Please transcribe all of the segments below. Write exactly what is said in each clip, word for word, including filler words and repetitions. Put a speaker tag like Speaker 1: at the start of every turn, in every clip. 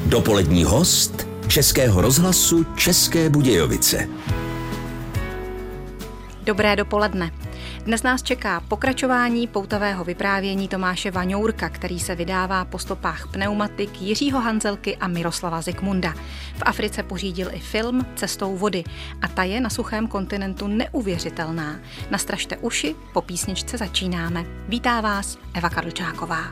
Speaker 1: Dopolední host Českého rozhlasu České Budějovice.
Speaker 2: Dobré dopoledne. Dnes nás čeká pokračování poutavého vyprávění Tomáše Vaňourka, který se vydává po stopách pneumatik Jiřího Hanzelky a Miroslava Zikmunda. V Africe pořídil i film Cestou vody a ta je na suchém kontinentu neuvěřitelná. Nastražte uši, po písničce začínáme. Vítá vás Eva Karlčáková.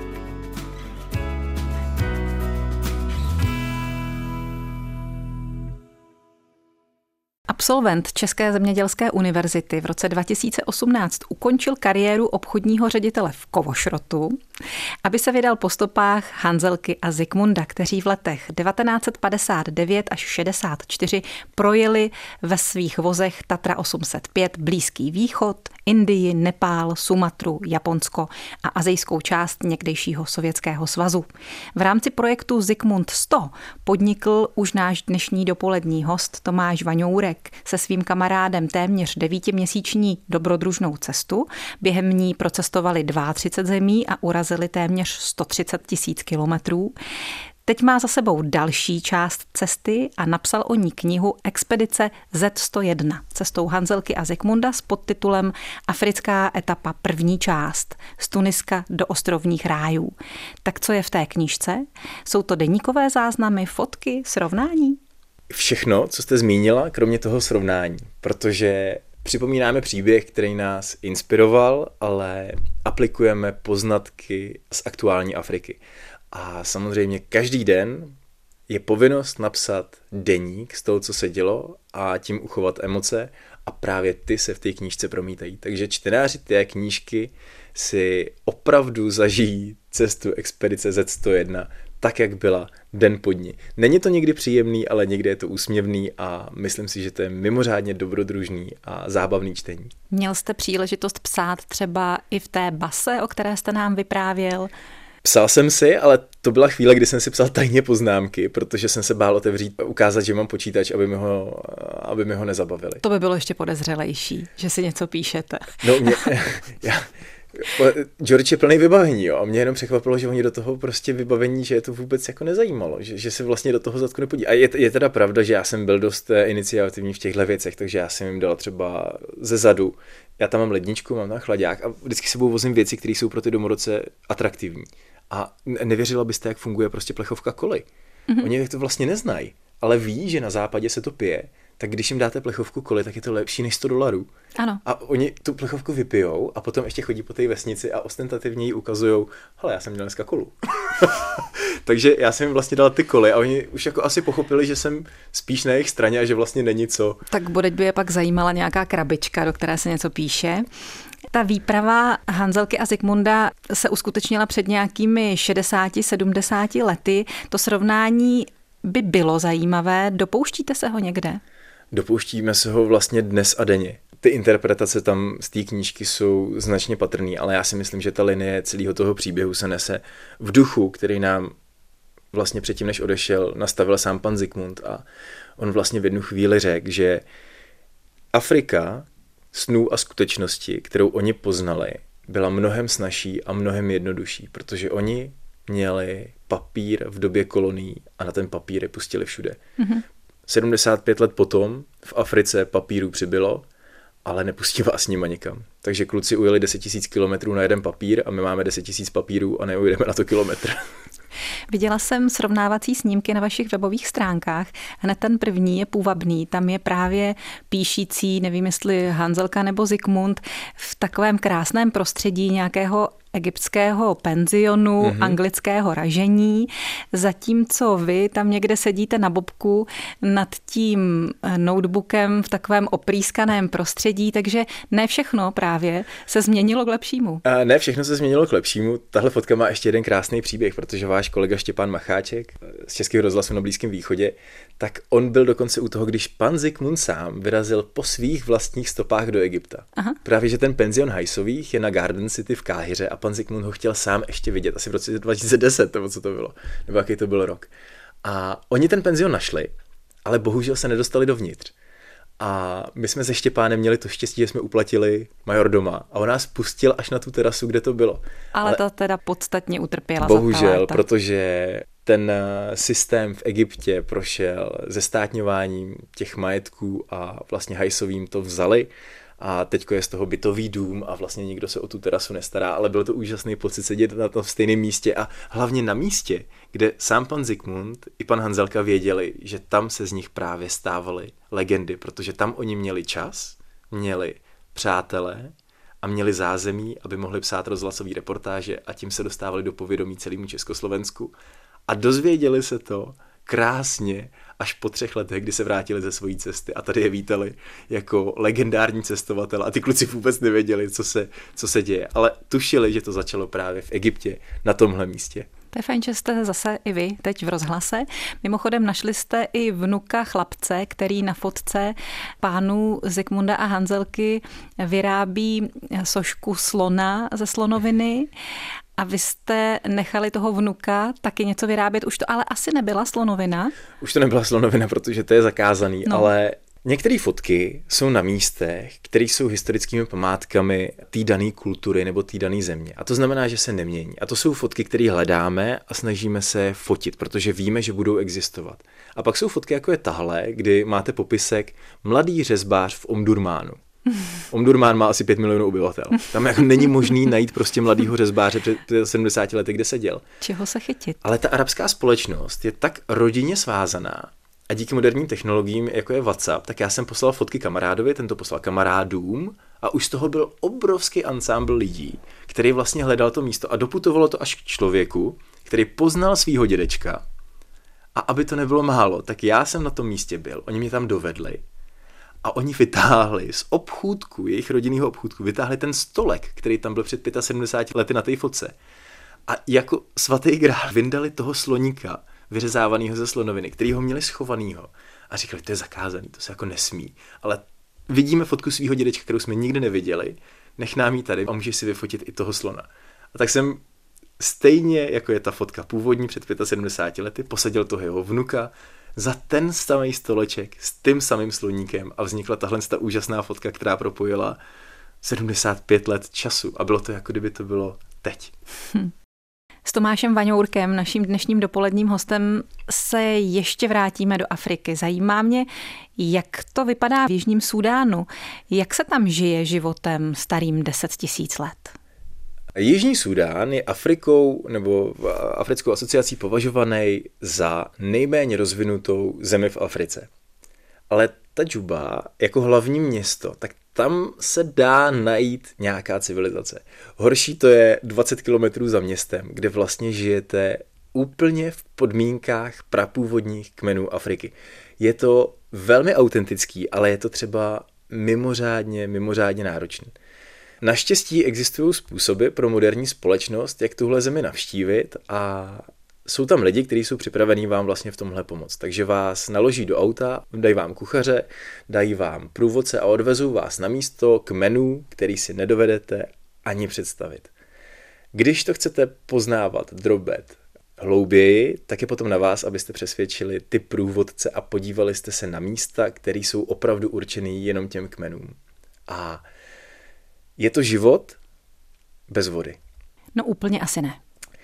Speaker 2: Absolvent České zemědělské univerzity v roce dva tisíce osmnáct ukončil kariéru obchodního ředitele v kovošrotu, aby se vydal po stopách Hanzelky a Zikmunda, kteří v letech devatenáct set padesát devět až šedesát čtyři projeli ve svých vozech Tatra osm set pět Blízký východ, Indii, Nepál, Sumatru, Japonsko a asijskou část někdejšího Sovětského svazu. V rámci projektu Zikmund sto podnikl už náš dnešní dopolední host Tomáš Vaňourek se svým kamarádem téměř devítiměsíční dobrodružnou cestu. Během ní procestovali třicet dva zemí a urazili téměř sto třicet tisíc kilometrů. Teď má za sebou další část cesty a napsal o ní knihu Expedice zet sto jedna cestou Hanzelky a Zikmunda s podtitulem Africká etapa první část z Tuniska do ostrovních rájů. Tak co je v té knížce? Jsou to deníkové záznamy, fotky, srovnání?
Speaker 3: Všechno, co jste zmínila, kromě toho srovnání, protože připomínáme příběh, který nás inspiroval, ale aplikujeme poznatky z aktuální Afriky. A samozřejmě každý den je povinnost napsat deník z toho, co se dělo a tím uchovat emoce a právě ty se v té knížce promítají. Takže čtenáři té knížky si opravdu zažijí cestu expedice zet sto jedna tak, jak byla den po dni. Není to někdy příjemný, ale někdy je to úsměvný a myslím si, že to je mimořádně dobrodružný a zábavný čtení.
Speaker 2: Měl jste příležitost psát třeba i v té base, o které jste nám vyprávěl?
Speaker 3: Psal jsem si, ale to byla chvíle, kdy jsem si psal tajně poznámky, protože jsem se bál otevřít a ukázat, že mám počítač, aby mi ho, aby mi ho nezabavili.
Speaker 2: To by bylo ještě podezřelejší, že si něco píšete.
Speaker 3: No, mě, já, George je plný vybavení, jo, a mě jenom překvapilo, že oni do toho prostě vybavení, že je to vůbec jako nezajímalo, že, že se vlastně do toho zadku nepodí. A je, je teda pravda, že já jsem byl dost iniciativní v těchto věcech, takže já jsem jim dal třeba ze zadu. Já tam mám ledničku, mám tam chlaďák a vždycky sebou vozím věci, které jsou pro ty domorodce atraktivní. A nevěřila byste, jak funguje prostě plechovka koly. Mm-hmm. Oni to vlastně neznají, ale ví, že na západě se to pije, tak když jim dáte plechovku koly, tak je to lepší než sto dolarů.
Speaker 2: Ano.
Speaker 3: A oni tu plechovku vypijou a potom ještě chodí po té vesnici a ostentativně jí ukazujou, hele, já jsem měl dneska kolu. Takže já jsem jim vlastně dal ty koly a oni už jako asi pochopili, že jsem spíš na jejich straně a že vlastně není co.
Speaker 2: Tak bude by je pak zajímala nějaká krabička, do které se něco píše. Ta výprava Hanzelky a Zikmunda se uskutečnila před nějakými šedesáti sedmdesáti lety. To srovnání by bylo zajímavé. Dopouštíte se ho někde?
Speaker 3: Dopouštíme se ho vlastně dnes a denně. Ty interpretace tam z té knížky jsou značně patrný, ale já si myslím, že ta linie celého toho příběhu se nese v duchu, který nám vlastně předtím, než odešel, nastavil sám pan Zikmund a on vlastně v jednu chvíli řekl, že Afrika snů a skutečnosti, kterou oni poznali, byla mnohem snazší a mnohem jednodušší, protože oni měli papír v době kolonií a na ten papír je pustili všude. Mm-hmm. sedmdesát pět let potom v Africe papíru přibylo, ale nepustí vás s nima nikam. Takže kluci ujeli deset tisíc kilometrů na jeden papír a my máme deset tisíc papírů a neujdeme na to kilometr.
Speaker 2: Viděla jsem srovnávací snímky na vašich webových stránkách. Hned ten první je půvabný. Tam je právě píšící, nevím jestli Hanzelka nebo Zikmund, v takovém krásném prostředí nějakého egyptského penzionu, mm-hmm. anglického ražení, zatímco vy tam někde sedíte na bobku nad tím notebookem v takovém oprýskaném prostředí, takže ne všechno právě se změnilo k lepšímu.
Speaker 3: A ne všechno se změnilo k lepšímu. Tahle fotka má ještě jeden krásný příběh, protože váš kolega Štěpán Macháček z Českého rozhlasu na Blízkém východě, tak on byl dokonce u toho, když pan Zikmund sám vyrazil po svých vlastních stopách do Egypta. Aha. Právě, že ten penzion Hajsových je na Garden City v Káhiře a pan Zikmund ho chtěl sám ještě vidět, asi v roce dva tisíce deset, nebo co to bylo, nebo jaký to byl rok. A oni ten penzion našli, ale bohužel se nedostali dovnitř. A my jsme se Štěpánem měli to štěstí, že jsme uplatili majordoma a on nás pustil až na tu terasu, kde to bylo.
Speaker 2: Ale, ale ta teda podstatně utrpěla
Speaker 3: bohužel,
Speaker 2: za ta léta.
Speaker 3: Protože ten systém v Egyptě prošel zestátňováním těch majetků a vlastně Hajsovým to vzali a teďko je z toho bytový dům a vlastně nikdo se o tu terasu nestará, ale byl to úžasný pocit sedět na tom stejném místě a hlavně na místě, kde sám pan Zikmund i pan Hanzelka věděli, že tam se z nich právě stávaly legendy, protože tam oni měli čas, měli přátelé a měli zázemí, aby mohli psát rozhlasové reportáže a tím se dostávali do povědomí celému Československu. A dozvěděli se to krásně až po třech letech, kdy se vrátili ze svojí cesty a tady je vítali jako legendární cestovatel a ty kluci vůbec nevěděli, co se, co se děje, ale tušili, že to začalo právě v Egyptě na tomhle místě.
Speaker 2: To je fajn, že jste zase i vy teď v rozhlase. Mimochodem našli jste i vnuka chlapce, který na fotce pánů Zikmunda a Hanzelky vyrábí sošku slona ze slonoviny. A vy jste nechali toho vnuka taky něco vyrábět, už to ale asi nebyla slonovina?
Speaker 3: Už to nebyla slonovina, protože to je zakázaný,
Speaker 2: no.
Speaker 3: Ale některé fotky jsou na místech, které jsou historickými památkami té dané kultury nebo té dané země. A to znamená, že se nemění. A to jsou fotky, které hledáme a snažíme se fotit, protože víme, že budou existovat. A pak jsou fotky, jako je tahle, kdy máte popisek mladý řezbář v Omdurmánu. Omdurmán má asi pět milionů obyvatel. Tam jako není možný najít prostě mladýho řezbáře před sedmdesáti lety, kde seděl.
Speaker 2: Čeho se chytit?
Speaker 3: Ale ta arabská společnost je tak rodinně svázaná a díky moderním technologiím, jako je WhatsApp, tak já jsem poslal fotky kamarádovi, ten to poslal kamarádům a už z toho byl obrovský ansámbl lidí, který vlastně hledal to místo a doputovalo to až k člověku, který poznal svýho dědečka a aby to nebylo málo, tak já jsem na tom místě byl, oni mě tam dovedli. A oni vytáhli z obchůdku, jejich rodinného obchůdku, vytáhli ten stolek, který tam byl před sedmdesáti pěti lety na té fotce. A jako svatý grál vyndali toho sloníka, vyřezávanýho ze slonoviny, který ho měli schovanýho. A říkali, to je zakázaný, to se jako nesmí. Ale vidíme fotku svého dědečka, kterou jsme nikdy neviděli, nech nám ji tady a můžeš si vyfotit i toho slona. A tak jsem stejně, jako je ta fotka původní před sedmdesáti pěti lety, posadil toho jeho vnuka za ten samý stoleček s tím samým sloníkem a vznikla tahle ta úžasná fotka, která propojila sedmdesát pět let času a bylo to, jako kdyby to bylo teď.
Speaker 2: Hm. S Tomášem Vaňourkem, naším dnešním dopoledním hostem, se ještě vrátíme do Afriky. Zajímá mě, jak to vypadá v Jižním Súdánu, jak se tam žije životem starým deset tisíc let.
Speaker 3: Jižní Súdán je Afrikou nebo Africkou asociací považovaný za nejméně rozvinutou zemi v Africe. Ale ta Džuba jako hlavní město, tak tam se dá najít nějaká civilizace. Horší to je dvacet kilometrů za městem, kde vlastně žijete úplně v podmínkách prapůvodních kmenů Afriky. Je to velmi autentický, ale je to třeba mimořádně, mimořádně náročný. Naštěstí existují způsoby pro moderní společnost, jak tuhle zemi navštívit a jsou tam lidi, kteří jsou připravení vám vlastně v tomhle pomoct. Takže vás naloží do auta, dají vám kuchaře, dají vám průvodce a odvezou vás na místo k menu, který si nedovedete ani představit. Když to chcete poznávat drobet hlouběji, tak je potom na vás, abyste přesvědčili ty průvodce a podívali jste se na místa, které jsou opravdu určený jenom těm kmenům. A je to život bez vody.
Speaker 2: No úplně asi ne.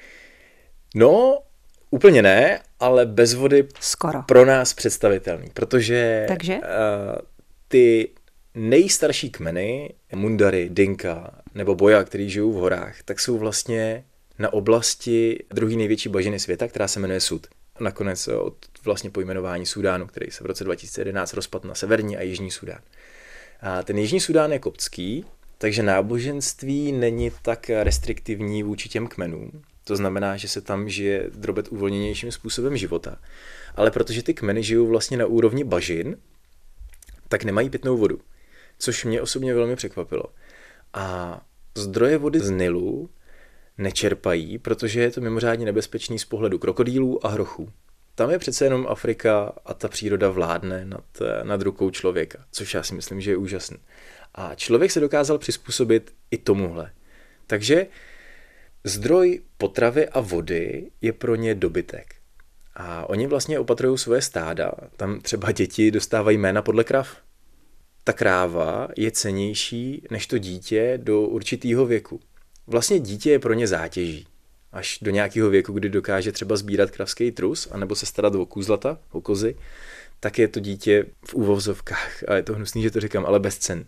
Speaker 3: No, úplně ne, ale bez vody
Speaker 2: skoro
Speaker 3: pro nás představitelný, protože
Speaker 2: Takže?
Speaker 3: Uh, ty nejstarší kmeny, Mundary, Dinka nebo Boja, který žijou v horách, tak jsou vlastně na oblasti druhé největší bažiny světa, která se jmenuje Sud. Nakonec od vlastně pojmenování Súdánu, který se v roce dva tisíce jedenáct rozpadl na severní a jižní Súdán. A ten jižní Súdán je koptský, takže náboženství není tak restriktivní vůči těm kmenům. To znamená, že se tam žije drobet uvolněnějším způsobem života. Ale protože ty kmeny žijou vlastně na úrovni bažin, tak nemají pitnou vodu. Což mě osobně velmi překvapilo. A zdroje vody z Nilu nečerpají, protože je to mimořádně nebezpečný z pohledu krokodýlů a hrochů. Tam je přece jenom Afrika a ta příroda vládne nad, nad rukou člověka, což já si myslím, že je úžasný. A člověk se dokázal přizpůsobit i tomuhle. Takže zdroj potravy a vody je pro ně dobytek. A oni vlastně opatrují svoje stáda. Tam třeba děti dostávají jména podle krav. Ta kráva je cennější než to dítě do určitého věku. Vlastně dítě je pro ně zátěží. až do nějakého věku, kdy dokáže třeba sbírat kravský trus, anebo se starat o kůzlata, o kozy, tak je to dítě v úvozovkách, a je to hnusný, že to říkám, ale bez cen.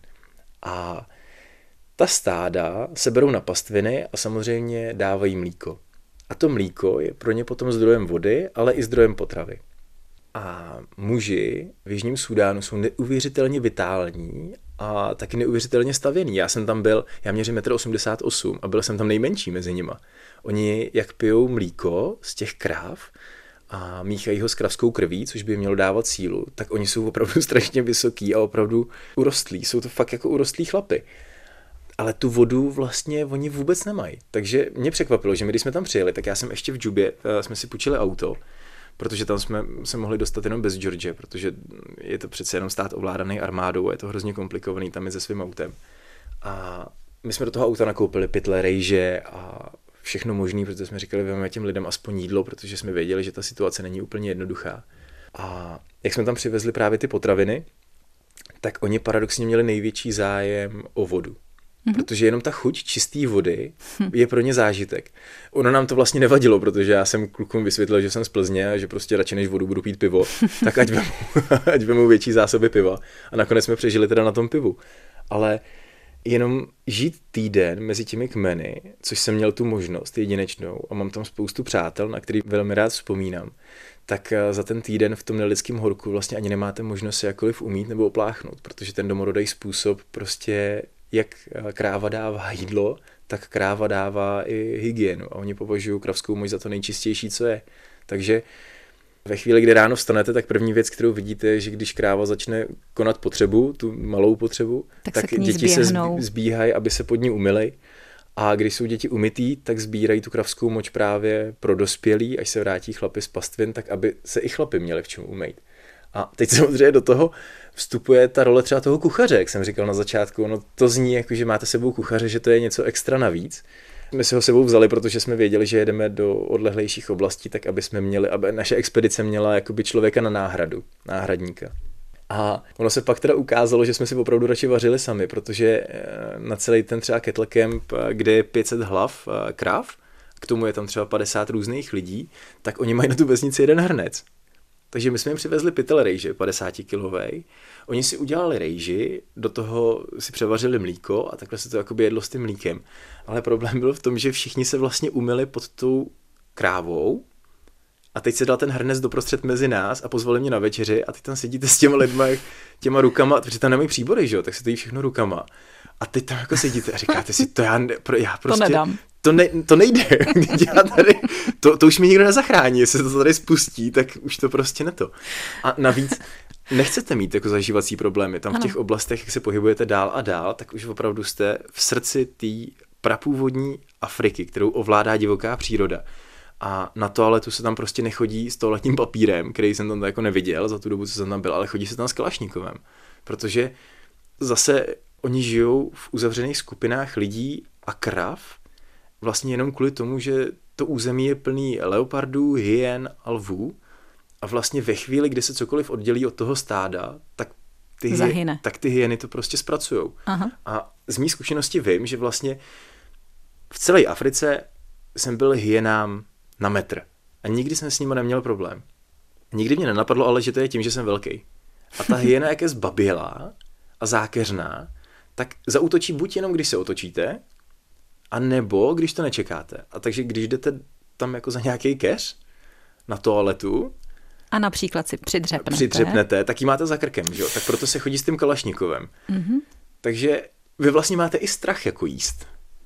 Speaker 3: A ta stáda se berou na pastviny a samozřejmě dávají mlíko. A to mlíko je pro ně potom zdrojem vody, ale i zdrojem potravy. A muži v Jižním Súdánu jsou neuvěřitelně vitální a taky neuvěřitelně stavěný. Já jsem tam byl, já měřím metr osmdesát osm a byl jsem tam nejmenší mezi nima. Oni jak pijou mlíko z těch kráv a míchají ho s kravskou krví, což by mělo dávat sílu, tak oni jsou opravdu strašně vysoký a opravdu urostlí. Jsou to fakt jako urostlí chlapy. Ale tu vodu vlastně oni vůbec nemají. Takže mě překvapilo, že my, když jsme tam přijeli, tak já jsem ještě v Džubě, jsme si půjčili auto, protože tam jsme se mohli dostat jenom bez George, protože je to přece jenom stát ovládaný armádou a je to hrozně komplikovaný tam je se svým autem. A my jsme do toho auta nakoupili pytle rejže a všechno možné, protože jsme říkali, vezmeme těm lidem aspoň jídlo, protože jsme věděli, že ta situace není úplně jednoduchá. A jak jsme tam přivezli právě ty potraviny, tak oni paradoxně měli největší zájem o vodu. Mm-hmm. Protože jenom ta chuť čisté vody je pro ně zážitek. Ono nám to vlastně nevadilo, protože já jsem klukům vysvětlil, že jsem z Plzně a že prostě radši než vodu budu pít pivo, tak ať vemu, ať vemu větší zásoby piva. A nakonec jsme přežili teda na tom pivu. Ale jenom žít týden mezi těmi kmeny, což jsem měl tu možnost jedinečnou a mám tam spoustu přátel, na který velmi rád vzpomínám, tak za ten týden v tom nelidském horku vlastně ani nemáte možnost se jakkoliv umít nebo opláchnout, protože ten domorodý způsob prostě jak kráva dává jídlo, tak kráva dává i hygienu a oni považují kravskou moč za to nejčistější, co je. Takže ve chvíli, kdy ráno vstanete, tak první věc, kterou vidíte, je, že když kráva začne konat potřebu, tu malou potřebu, tak, tak děti zběhnou. se zbíhají, aby se pod ní umyly. A když jsou děti umytý, tak sbírají tu kravskou moč právě pro dospělí, až se vrátí chlapi z pastvin, tak aby se i chlapi měli v čem umýt. A teď samozřejmě do toho vstupuje ta role třeba toho kuchaře, jak jsem říkal na začátku. No to zní jako, že máte sebou kuchaře, že to je něco extra navíc. My si ho sebou vzali, protože jsme věděli, že jedeme do odlehlejších oblastí, tak aby jsme měli, aby naše expedice měla jakoby člověka na náhradu, náhradníka. A ono se pak teda ukázalo, že jsme si opravdu radši vařili sami, protože na celý ten třeba kettle camp, kde je pět set hlav kráv, k tomu je tam třeba padesát různých lidí, tak oni mají na tu vesnici jeden hrnec. Takže my jsme jim přivezli pytel rejže, padesátikilovej. Oni si udělali rejži, do toho si převařili mlíko a takhle se to jakoby jedlo s tím mlíkem. Ale problém byl v tom, že všichni se vlastně umyli pod tou krávou a teď se dal ten hrnec doprostřed mezi nás a pozvali mě na večeři a ty tam sedíte s těma lidma, těma rukama, protože tam nemají příbory, že jo, tak se to jí všechno rukama. A teď tam jako sedíte a říkáte si, to já, ne, já prostě...
Speaker 2: To nedám.
Speaker 3: To, ne, to nejde, já tady, to, to už mi nikdo nezachrání, jestli se to tady spustí, tak už to prostě ne to. A navíc nechcete mít jako zažívací problémy, tam v těch oblastech, jak se pohybujete dál a dál, tak už opravdu jste v srdci té prapůvodní Afriky, kterou ovládá divoká příroda. A na toaletu se tam prostě nechodí s toaletním papírem, který jsem tam jako neviděl za tu dobu, co jsem tam byl, ale chodí se tam s kalašníkovem, protože zase oni žijou v uzavřených skupinách lidí a krav, vlastně jenom kvůli tomu, že to území je plný leopardů, hyen a lvů a vlastně ve chvíli, kdy se cokoliv oddělí od toho stáda, tak ty, hy, tak ty hyeny to prostě zpracujou. Aha. A z mý zkušenosti vím, že vlastně v celé Africe jsem byl hyenám na metr a nikdy jsem s nimi neměl problém. Nikdy mě nenapadlo, ale že to je tím, že jsem velký. A ta hyena, jak je zbabělá a zákeřná, tak zaútočí buď jenom, když se otočíte, a nebo když to nečekáte. A takže když jdete tam jako za nějaký keř na toaletu
Speaker 2: a například si přidřepnete,
Speaker 3: přidřepnete tak ji máte za krkem, že jo? Tak proto se chodí s tím kalašnikovem. Mm-hmm. Takže vy vlastně máte i strach jako jíst.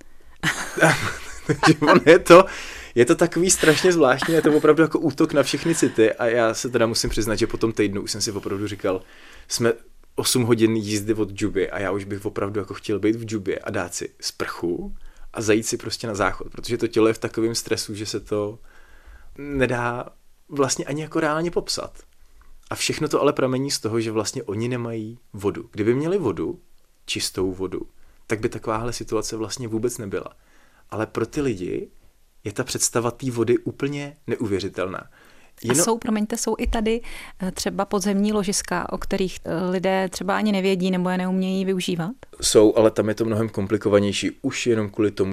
Speaker 3: Takže on je to, je to takový strašně zvláštní, je to opravdu jako útok na všechny city a já se teda musím přiznat, že po tom týdnu už jsem si opravdu říkal, jsme osm hodin jízdy od Džuby a já už bych opravdu jako chtěl být v Džubě a dát si sprchu a zajít si prostě na záchod, protože to tělo je v takovém stresu, že se to nedá vlastně ani jako reálně popsat. A všechno to ale pramení z toho, že vlastně oni nemají vodu. Kdyby měli vodu, čistou vodu, tak by takováhle situace vlastně vůbec nebyla. Ale pro ty lidi je ta představa té vody úplně neuvěřitelná.
Speaker 2: Jenom... A jsou, promiňte, jsou i tady třeba podzemní ložiska, o kterých lidé třeba ani nevědí nebo je neumějí využívat?
Speaker 3: Jsou, ale tam je to mnohem komplikovanější. Už jenom kvůli tomu, že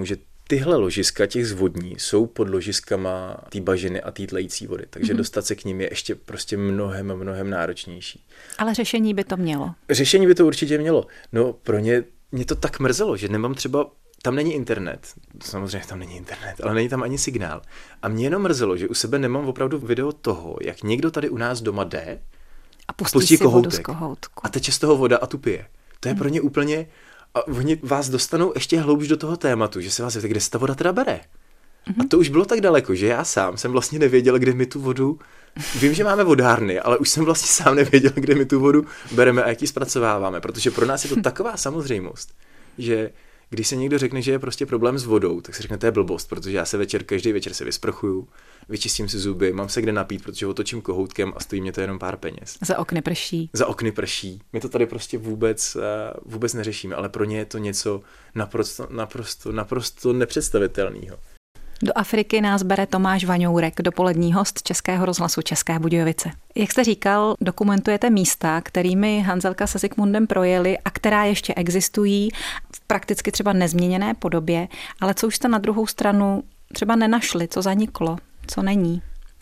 Speaker 3: tyhle ložiska těch zvodní jsou pod ložiskama té bažiny a té tlející vody, takže mm-hmm. dostat se k ním je ještě prostě mnohem, mnohem náročnější.
Speaker 2: Ale řešení by to mělo.
Speaker 3: Řešení by to určitě mělo. No pro ně, mě to tak mrzelo, že nemám třeba, tam není internet, samozřejmě tam není internet, ale není tam ani signál. A mě jenom mrzelo, že u sebe nemám opravdu video toho, jak někdo tady u nás doma jde
Speaker 2: a pustí,
Speaker 3: a pustí
Speaker 2: si
Speaker 3: kohoutek
Speaker 2: vodu z kohoutku.
Speaker 3: a teče z toho voda a tu pije. To je mm. pro ně úplně... A oni vás dostanou ještě hloubš do toho tématu, že se vás zeptají, kde se ta voda teda bere. Mm-hmm. A to už bylo tak daleko, že já sám jsem vlastně nevěděl, kde my tu vodu... Vím, že máme vodárny, ale už jsem vlastně sám nevěděl, kde my tu vodu bereme a jak ji zpracováváme, protože pro nás je to taková samozřejmost, že když se někdo řekne, že je prostě problém s vodou, tak se řekne, to je blbost, protože já se večer, každý večer se vysprchuju, vyčistím si zuby, mám se kde napít, protože otočím kohoutkem a stojí mě to jenom pár peněz.
Speaker 2: Za okny prší.
Speaker 3: Za okny prší. My to tady prostě vůbec, vůbec neřešíme, ale pro ně je to něco naprosto, naprosto, naprosto nepředstavitelného.
Speaker 2: Do Afriky nás bere Tomáš Vaňourek, dopolední host Českého rozhlasu České Budějovice. Jak jste říkal, dokumentujete místa, kterými Hanzelka se Zikmundem projeli a která ještě existují v prakticky třeba nezměněné podobě, ale co už jste na druhou stranu třeba nenašli, co zaniklo, co není?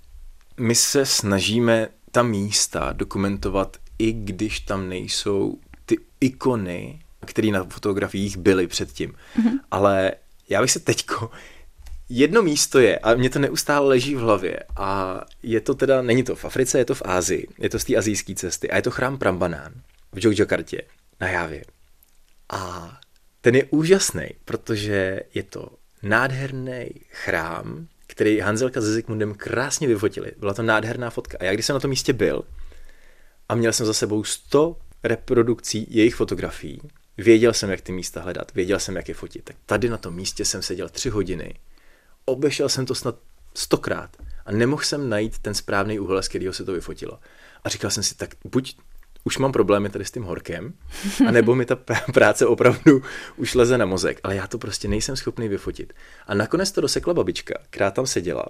Speaker 3: My se snažíme ta místa dokumentovat, i když tam nejsou ty ikony, které na fotografiích byly předtím. Mm-hmm. Ale já bych se teďko... Jedno místo je, a mě to neustále leží v hlavě, a je to teda, není to v Africe, je to v Asii, je to z té asijské cesty, a je to chrám Prambanan v Jogjakartě na Jávě. A ten je úžasný, protože je to nádherný chrám, který Hanzelka se Zikmundem krásně vyfotili. Byla to nádherná fotka. A já když jsem na tom místě byl a měl jsem za sebou sto reprodukcí jejich fotografií, věděl jsem, jak ty místa hledat, věděl jsem, jak je fotit. Tak tady na tom místě jsem seděl tři hodiny, obešel jsem to snad stokrát a nemohl jsem najít ten správný úhel, z kterého se to vyfotilo. A říkal jsem si, tak buď už mám problémy tady s tím horkem, anebo mi ta práce opravdu už leze na mozek, ale já to prostě nejsem schopný vyfotit. A nakonec to dosekla babička, která tam seděla.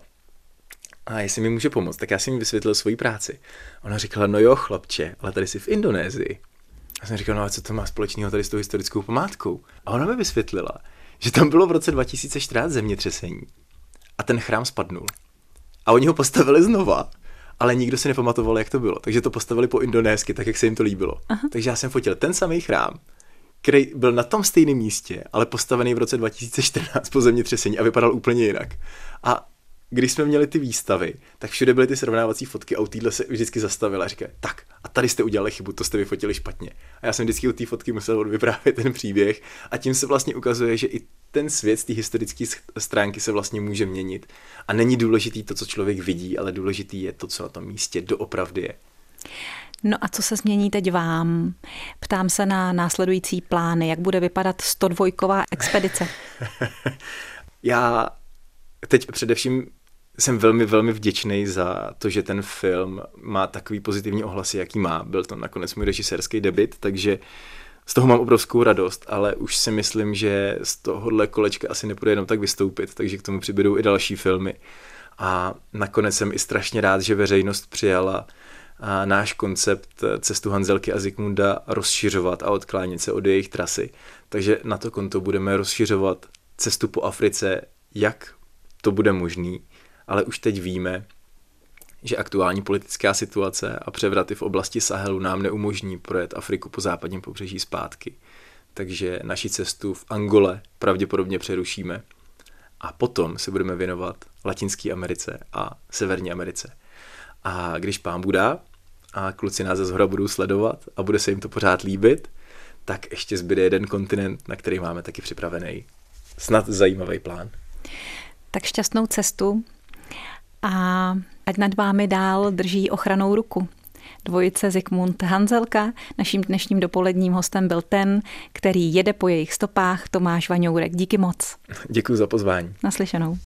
Speaker 3: A jestli mi může pomoct, tak já jsem jí vysvětlil svoji práci. Ona říkala, no jo, chlapče, ale tady jsi v Indonésii. A jsem říkal, no a co to má společného tady s tou historickou památkou? A ona mi vysvětlila, že tam bylo v roce dva tisíce čtrnáct zemětřesení a ten chrám spadnul. A oni ho postavili znova, ale nikdo si nepamatoval, jak to bylo. Takže to postavili po indonésky, tak jak se jim to líbilo. Aha. Takže já jsem fotil ten samý chrám, který byl na tom stejném místě, ale postavený v roce dva tisíce čtrnáct po zemětřesení a vypadal úplně jinak. A když jsme měli ty výstavy, tak všude byly ty srovnávací fotky a u týhle se vždycky zastavila a říká, tak a tady jste udělali chybu, to jste vyfotili špatně. A já jsem vždycky u té fotky musel vyprávět ten příběh a tím se vlastně ukazuje, že i ten svět z té historické stránky se vlastně může měnit a není důležitý to, co člověk vidí, ale důležitý je to, co na tom místě doopravdy je.
Speaker 2: No a co se změní teď vám? Ptám se na následující plány, jak bude vypadat sto dvojková expedice.
Speaker 3: Já teď především jsem velmi, velmi vděčný za to, že ten film má takový pozitivní ohlasy, jaký má. Byl to nakonec můj režisérský debut, takže z toho mám obrovskou radost, ale už si myslím, že z tohohle kolečka asi nepůjde jenom tak vystoupit, takže k tomu přibydou i další filmy. A nakonec jsem i strašně rád, že veřejnost přijala a náš koncept cestu Hanzelky a Zikmunda rozšiřovat a odklánět se od jejich trasy. Takže na to konto budeme rozšiřovat cestu po Africe, jak to bude možný, ale už teď víme, že aktuální politická situace a převraty v oblasti Sahelu nám neumožní projet Afriku po západním pobřeží zpátky. Takže naši cestu v Angole pravděpodobně přerušíme a potom se budeme věnovat Latinské Americe a Severní Americe. A když pán Bůh dá a kluci nás ze zhora budou sledovat a bude se jim to pořád líbit, tak ještě zbyde jeden kontinent, na který máme taky připravený snad zajímavý plán.
Speaker 2: Tak šťastnou cestu a ať nad vámi dál drží ochranou ruku. Dvojice Zikmund Hanzelka. Naším dnešním dopoledním hostem byl ten, který jede po jejich stopách, Tomáš Vaňourek. Díky moc.
Speaker 3: Děkuji za pozvání.
Speaker 2: Naslyšenou.